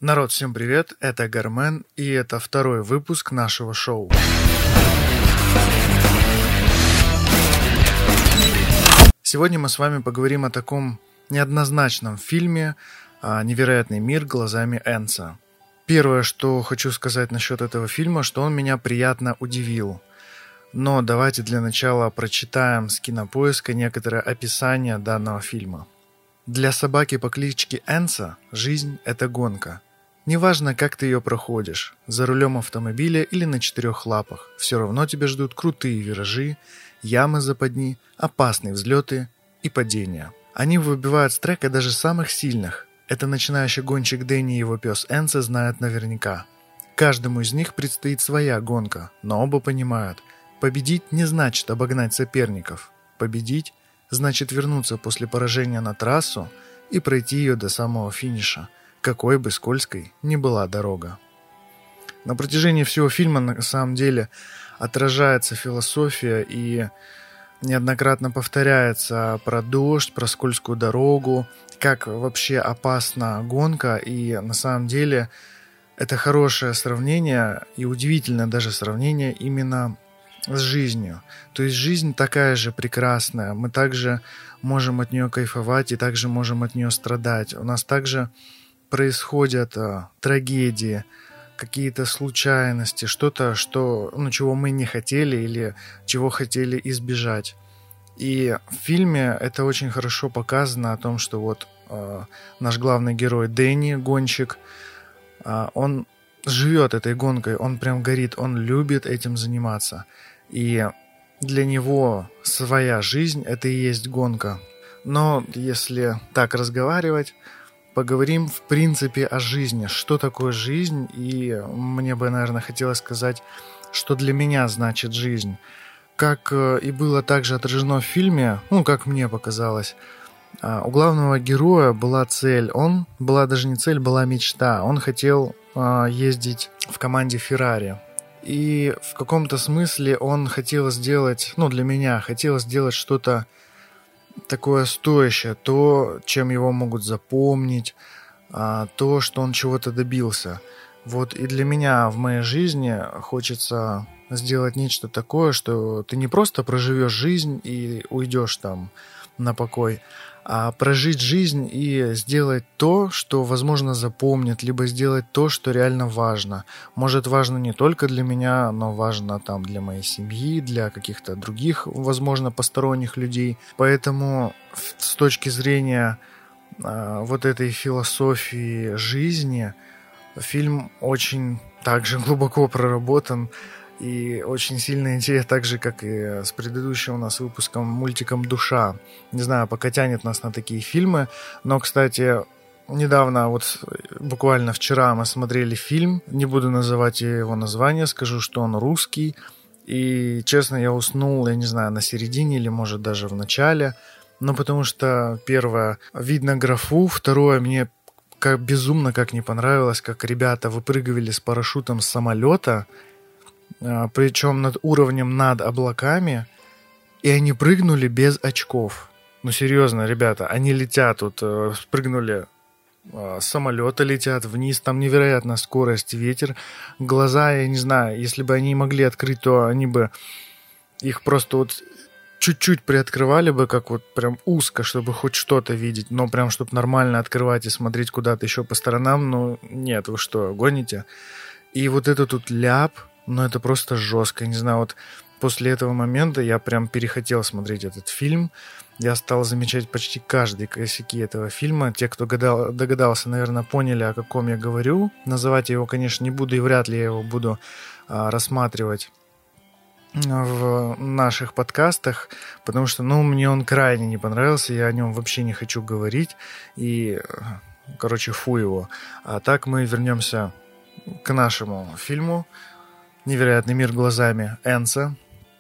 Народ, всем привет, это Гармен, и это второй выпуск нашего шоу. Сегодня мы с вами поговорим о таком неоднозначном фильме «Невероятный мир глазами Энца». Первое, что хочу сказать насчет этого фильма, что он меня приятно удивил. Но давайте для начала прочитаем с Кинопоиска некоторое описание данного фильма. Для собаки по кличке Энца жизнь – это гонка. Неважно, как ты ее проходишь, за рулем автомобиля или на 4 лапах, все равно тебя ждут крутые виражи, ямы западни, опасные взлеты и падения. Они выбивают с трека даже самых сильных. Это начинающий гонщик Дэнни и его пес Энца знают наверняка. Каждому из них предстоит своя гонка, но оба понимают, победить не значит обогнать соперников. Победить значит вернуться после поражения на трассу и пройти ее до самого финиша, какой бы скользкой ни была дорога. На протяжении всего фильма на самом деле отражается философия и неоднократно повторяется про дождь, про скользкую дорогу, как вообще опасна гонка, и на самом деле это хорошее сравнение и удивительное даже сравнение именно с жизнью. То есть жизнь такая же прекрасная, мы также можем от нее кайфовать и также можем от нее страдать. У нас также происходят трагедии, какие-то случайности, что-то, чего мы не хотели или чего хотели избежать. И в фильме это очень хорошо показано о том, что вот наш главный герой Дэнни, гонщик, он живет этой гонкой, он прям горит, он любит этим заниматься. И для него своя жизнь – это и есть гонка. Но если так разговаривать, поговорим в принципе о жизни. Что такое жизнь? И мне бы, наверное, хотелось сказать, что для меня значит жизнь. Как и было также отражено в фильме, как мне показалось, у главного героя была цель. Была даже не цель, была мечта. Он хотел ездить в команде Ferrari. И в каком-то смысле он хотел сделать, для меня, хотел сделать что-то такое стоящее, то, чем его могут запомнить, то, что он чего-то добился. Вот и для меня в моей жизни хочется сделать нечто такое, что ты не просто проживешь жизнь и уйдешь там на покой, а прожить жизнь и сделать то, что, возможно, запомнит, либо сделать то, что реально важно. Может, важно не только для меня, но важно там для моей семьи, для каких-то других, возможно, посторонних людей. Поэтому с точки зрения вот этой философии жизни, фильм очень также глубоко проработан. И очень сильная идея, так же, как и с предыдущим у нас выпуском, мультиком «Душа». Не знаю, пока тянет нас на такие фильмы. Но, кстати, недавно, буквально вчера мы смотрели фильм. Не буду называть его название, скажу, что он русский. И, честно, я уснул, я не знаю, на середине или, может, даже в начале. Но потому что, первое, видно графу. Второе, мне безумно как не понравилось, как ребята выпрыгивали с парашютом с самолета, причем над уровнем над облаками, и они прыгнули без очков. Серьезно, ребята, они летят, спрыгнули с самолета, летят вниз, там невероятная скорость, ветер, глаза, я не знаю, если бы они могли открыть, то они бы их просто чуть-чуть приоткрывали бы, как прям узко, чтобы хоть что-то видеть, но прям, чтобы нормально открывать и смотреть куда-то еще по сторонам, нет, вы что, гоните? И этот ляп, это просто жестко. Не знаю, после этого момента я прям перехотел смотреть этот фильм. Я стал замечать почти каждые косяки этого фильма. Те, кто догадался, наверное, поняли, о каком я говорю. Называть я его, конечно, не буду, и вряд ли я его буду рассматривать в наших подкастах, потому что, мне он крайне не понравился, я о нем вообще не хочу говорить. И, фу его. А так мы вернемся к нашему фильму «Невероятный мир глазами Энца».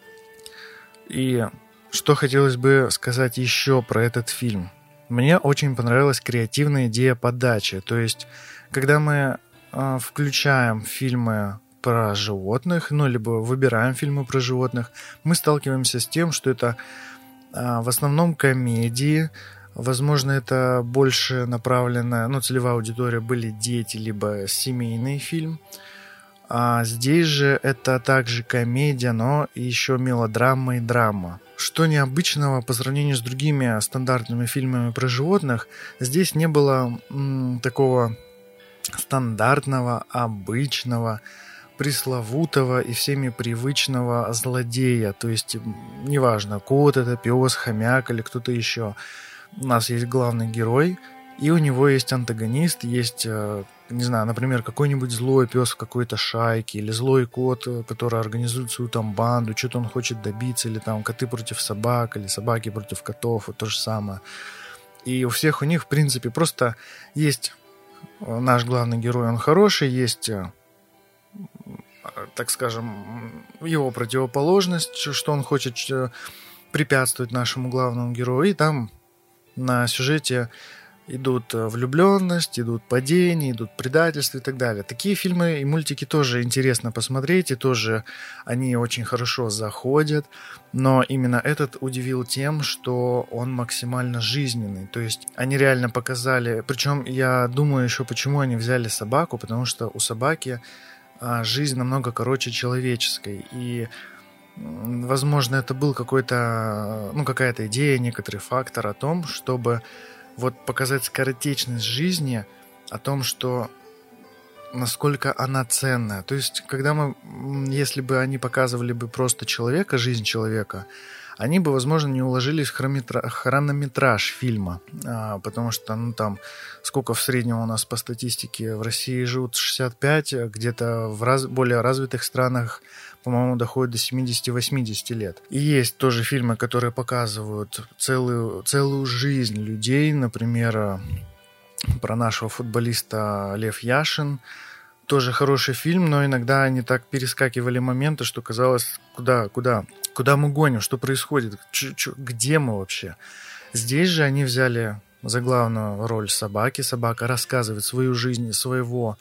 И что хотелось бы сказать еще про этот фильм. Мне очень понравилась креативная идея подачи. То есть, когда мы включаем фильмы про животных, либо выбираем фильмы про животных, мы сталкиваемся с тем, что это в основном комедии, Возможно, это больше направлено, целевая аудитория были дети, либо семейный фильм. А здесь же это также комедия, но еще мелодрама и драма. Что необычного по сравнению с другими стандартными фильмами про животных, здесь не было такого стандартного, обычного, пресловутого и всеми привычного злодея. То есть, неважно, кот это, пес, хомяк или кто-то еще. У нас есть главный герой, и у него есть антагонист, есть, не знаю, например, какой-нибудь злой пес в какой-то шайке, или злой кот, который организует свою там банду, что-то он хочет добиться, или там коты против собак, или собаки против котов, вот то же самое. И у всех у них, в принципе, просто есть наш главный герой, он хороший, есть, так скажем, его противоположность, что он хочет препятствовать нашему главному герою, и там на сюжете идут влюбленность, идут падения, идут предательства и так далее. Такие фильмы и мультики тоже интересно посмотреть, и тоже они очень хорошо заходят, но именно этот удивил тем, что он максимально жизненный. То есть они реально показали, причем я думаю еще, почему они взяли собаку, потому что у собаки жизнь намного короче человеческой, и возможно, это был какая-то идея, некоторый фактор о том, чтобы вот показать скоротечность жизни, о том, что насколько она ценная. То есть, если бы они показывали бы просто человека, жизнь человека, они бы, возможно, не уложились в хронометраж фильма, потому что, там, сколько в среднем у нас по статистике в России живут 65, где-то в более развитых странах, по-моему, доходит до 70-80 лет. И есть тоже фильмы, которые показывают целую жизнь людей, например, про нашего футболиста Лев Яшин. Тоже хороший фильм, но иногда они так перескакивали моменты, что казалось, куда мы гоним, что происходит, где мы вообще. Здесь же они взяли за главную роль собаки. Собака рассказывает свою жизнь своего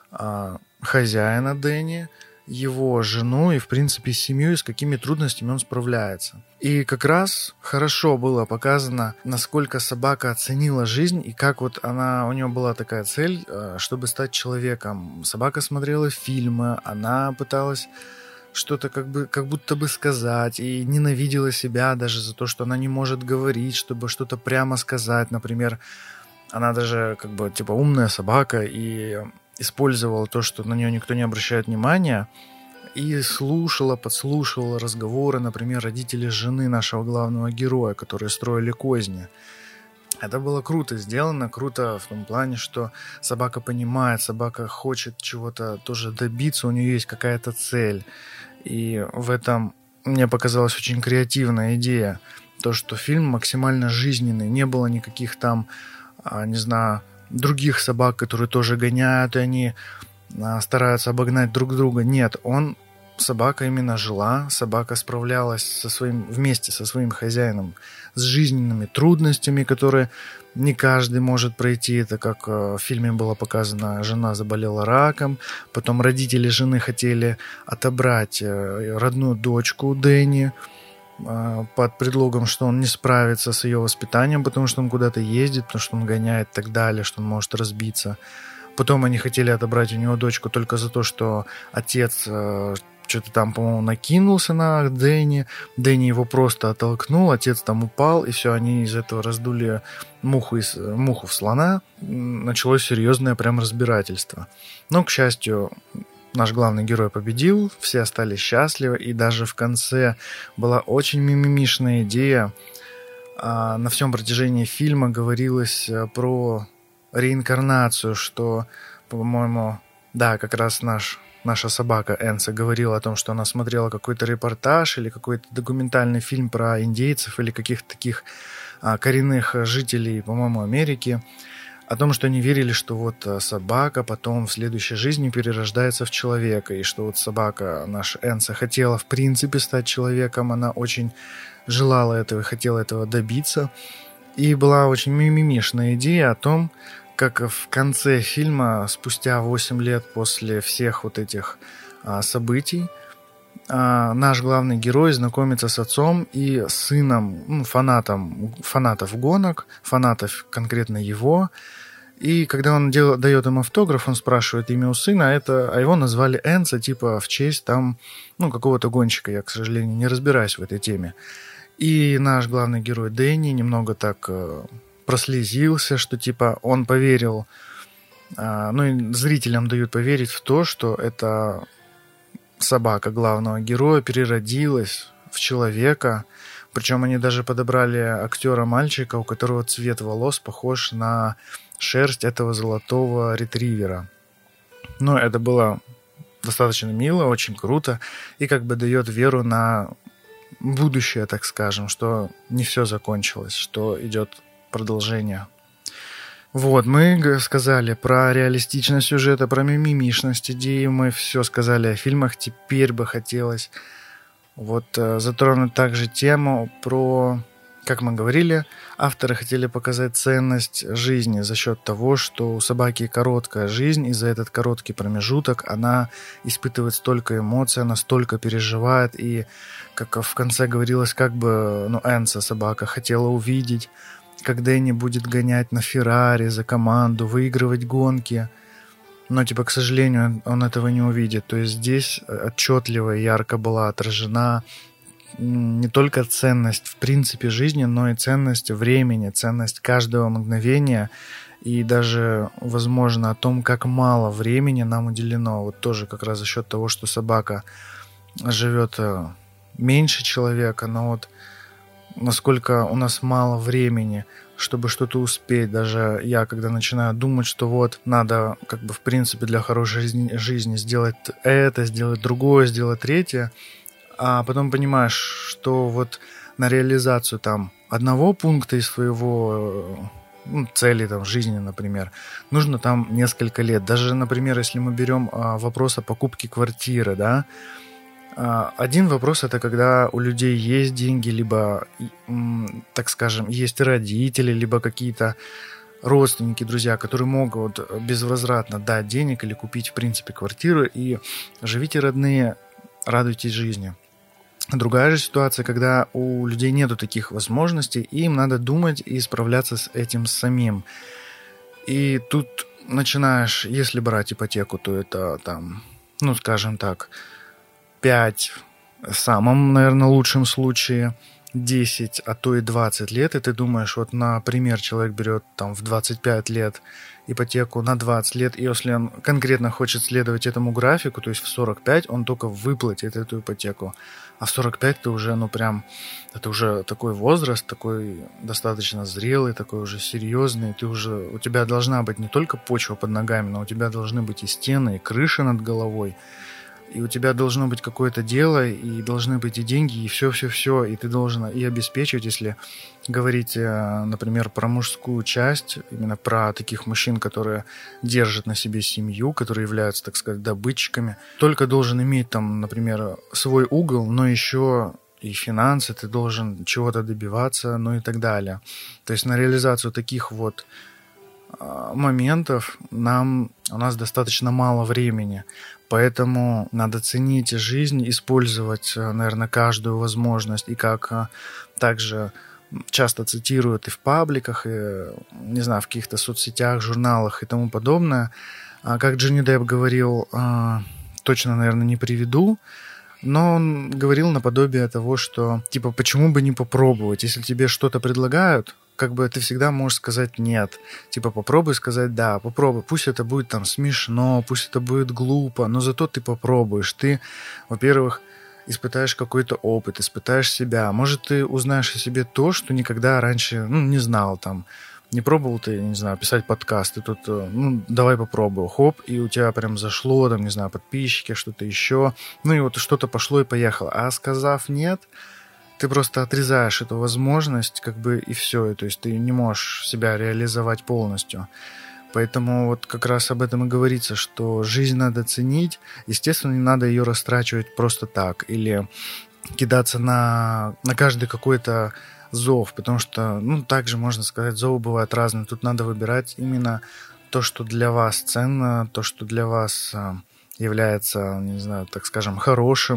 хозяина Дэнни, его жену и, в принципе, семью, и с какими трудностями он справляется. И как раз хорошо было показано, насколько собака оценила жизнь, и как вот у нее была такая цель, чтобы стать человеком. Собака смотрела фильмы, она пыталась что-то как будто бы сказать, и ненавидела себя даже за то, что она не может говорить, чтобы что-то прямо сказать. Например, она даже умная собака, и использовала то, что на нее никто не обращает внимания, и подслушивала разговоры, например, родителей жены нашего главного героя, которые строили козни. Это было круто сделано, круто в том плане, что собака понимает, собака хочет чего-то тоже добиться, у нее есть какая-то цель. И в этом мне показалась очень креативная идея. То, что фильм максимально жизненный, не было никаких там, других собак, которые тоже гоняют, и они стараются обогнать друг друга. Нет, собака именно жила, собака справлялась вместе со своим хозяином с жизненными трудностями, которые не каждый может пройти. Это как в фильме было показано, жена заболела раком, потом родители жены хотели отобрать родную дочку у Дэнни, под предлогом, что он не справится с ее воспитанием, потому что он куда-то ездит, потому что он гоняет и так далее, что он может разбиться. Потом они хотели отобрать у него дочку только за то, что отец что-то там, по-моему, накинулся на Дэнни. Дэнни его просто оттолкнул, отец там упал, и все, они из этого раздули муху в слона. Началось серьезное прям разбирательство. Но, к счастью, наш главный герой победил, все остались счастливы, и даже в конце была очень мимимишная идея. На всем протяжении фильма говорилось про реинкарнацию, что, по-моему, да, как раз наша собака Энса говорила о том, что она смотрела какой-то репортаж или какой-то документальный фильм про индейцев или каких-то таких коренных жителей, по-моему, Америки, о том, что они верили, что вот собака потом в следующей жизни перерождается в человека, и что вот собака, наша Энса, хотела в принципе стать человеком, она очень желала этого и хотела этого добиться. И была очень мимимишная идея о том, как в конце фильма, спустя 8 лет после всех вот этих событий, наш главный герой знакомится с отцом и сыном, фанатов гонок, фанатов конкретно его. И когда он дает им автограф, он спрашивает имя у сына, а его назвали Энцо, типа в честь там, какого-то гонщика. Я, к сожалению, не разбираюсь в этой теме. И наш главный герой Дэнни немного так прослезился, что типа он поверил, и зрителям дают поверить в то, что это собака главного героя переродилась в человека. Причем они даже подобрали актера-мальчика, у которого цвет волос похож на шерсть этого золотого ретривера. Это было достаточно мило, очень круто, и как бы дает веру на будущее, так скажем, что не все закончилось, что идет продолжение. Вот, мы сказали про реалистичность сюжета, про мимимишность идеи, мы все сказали о фильмах. Теперь бы хотелось затронуть также тему про, как мы говорили, авторы хотели показать ценность жизни за счет того, что у собаки короткая жизнь, и за этот короткий промежуток она испытывает столько эмоций, она столько переживает, и, как в конце говорилось, как бы, Энцо, собака, хотела увидеть, как Дэнни будет гонять на Феррари за команду, выигрывать гонки. Но, к сожалению, он этого не увидит. То есть здесь отчетливо и ярко была отражена не только ценность в принципе жизни, но и ценность времени, ценность каждого мгновения и даже, возможно, о том, как мало времени нам уделено. Вот тоже как раз за счет того, что собака живет меньше человека, но насколько у нас мало времени, чтобы что-то успеть. Даже я, когда начинаю думать, что надо, в принципе, для хорошей жизни сделать это, сделать другое, сделать третье, а потом понимаешь, что на реализацию там одного пункта из своего цели там, жизни, например, нужно там несколько лет. Даже, например, если мы берем вопрос о покупке квартиры, да, один вопрос — это когда у людей есть деньги, либо, так скажем, есть родители, либо какие-то родственники, друзья, которые могут безвозвратно дать денег или купить, в принципе, квартиру, и живите, родные, радуйтесь жизни. Другая же ситуация, когда у людей нету таких возможностей, и им надо думать и справляться с этим самим. И тут начинаешь, если брать ипотеку, то это там, скажем так, 5, в самом, наверное, лучшем случае 10, а то и 20 лет, и ты думаешь, например, человек берет там в 25 лет ипотеку на 20 лет, и если он конкретно хочет следовать этому графику, то есть в 45 он только выплатит эту ипотеку, а в 45 ты уже, это уже такой возраст, такой достаточно зрелый, такой уже серьезный, у тебя должна быть не только почва под ногами, но у тебя должны быть и стены, и крыша над головой, и у тебя должно быть какое-то дело, и должны быть и деньги, и все-все-все, и ты должен и обеспечивать, если говорить, например, про мужскую часть, именно про таких мужчин, которые держат на себе семью, которые являются, так сказать, добытчиками, только должен иметь там, например, свой угол, но еще и финансы, ты должен чего-то добиваться, и так далее. То есть на реализацию таких моментов у нас достаточно мало времени, поэтому надо ценить жизнь, использовать, наверное, каждую возможность, и как также часто цитируют и в пабликах, и, не знаю, в каких-то соцсетях, журналах и тому подобное, как Джонни Депп говорил, точно, наверное, не приведу, но он говорил наподобие того, что, почему бы не попробовать, если тебе что-то предлагают, ты всегда можешь сказать нет. Попробуй сказать да, попробуй. Пусть это будет там смешно, пусть это будет глупо, но зато ты попробуешь. Ты, во-первых, испытаешь какой-то опыт, испытаешь себя. Может, ты узнаешь о себе то, что никогда раньше, не знал там. Не пробовал ты, не знаю, писать подкаст, и тут, давай попробую, хоп, и у тебя прям зашло, там, не знаю, подписчики, что-то еще. И что-то пошло и поехало. А сказав нет, ты просто отрезаешь эту возможность, и все. То есть ты не можешь себя реализовать полностью. Поэтому как раз об этом и говорится, что жизнь надо ценить. Естественно, не надо ее растрачивать просто так. Или кидаться на каждый какой-то зов. Потому что, также можно сказать, зовы бывают разные. Тут надо выбирать именно то, что для вас ценно, то, что для вас является, не знаю, так скажем, хорошим.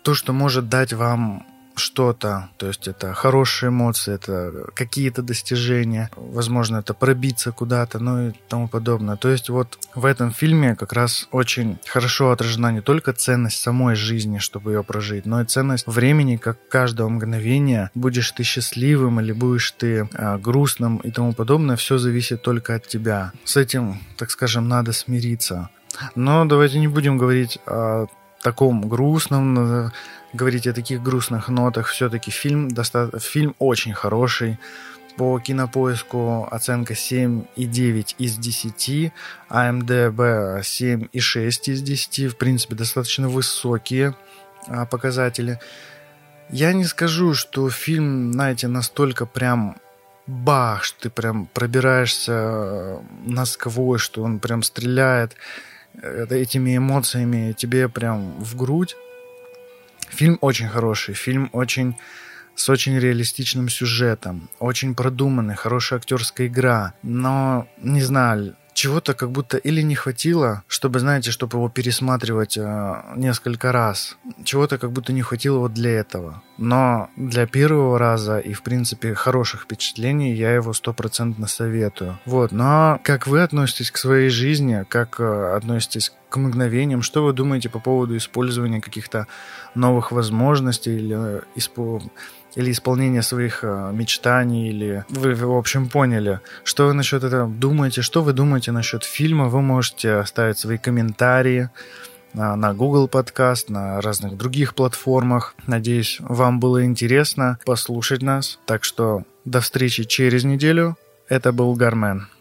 то, что может дать вам что-то, то есть это хорошие эмоции, это какие-то достижения, возможно, это пробиться куда-то, ну и тому подобное. То есть вот в этом фильме как раз очень хорошо отражена не только ценность самой жизни, чтобы ее прожить, но и ценность времени, как каждого мгновения. Будешь ты счастливым или будешь ты грустным и тому подобное, все зависит только от тебя. С этим, так скажем, надо смириться. Но давайте не будем говорить о таком грустном, говорить о таких грустных нотах. Все-таки фильм очень хороший. По Кинопоиску оценка 7,9 из 10, IMDb 7,6 из 10. В принципе, достаточно высокие показатели. Я не скажу, что фильм, знаете, настолько прям бах, что ты прям пробираешься насквозь, что он прям стреляет этими эмоциями тебе прям в грудь. Фильм очень хороший, фильм с очень реалистичным сюжетом, очень продуманный, хорошая актерская игра, но, не знаю, чего-то как будто или не хватило, чтобы, знаете, чтобы его пересматривать несколько раз. Чего-то как будто не хватило вот для этого. Но для первого раза и, в принципе, хороших впечатлений я его 100% советую. Вот, но как вы относитесь к своей жизни, как относитесь к мгновениям, что вы думаете по поводу использования каких-то новых возможностей или исполнения своих мечтаний, или вы, в общем, поняли, что вы насчет этого думаете, что вы думаете насчет фильма, вы можете оставить свои комментарии на Google Podcast, на разных других платформах. Надеюсь, вам было интересно послушать нас. Так что до встречи через неделю. Это был Гармен.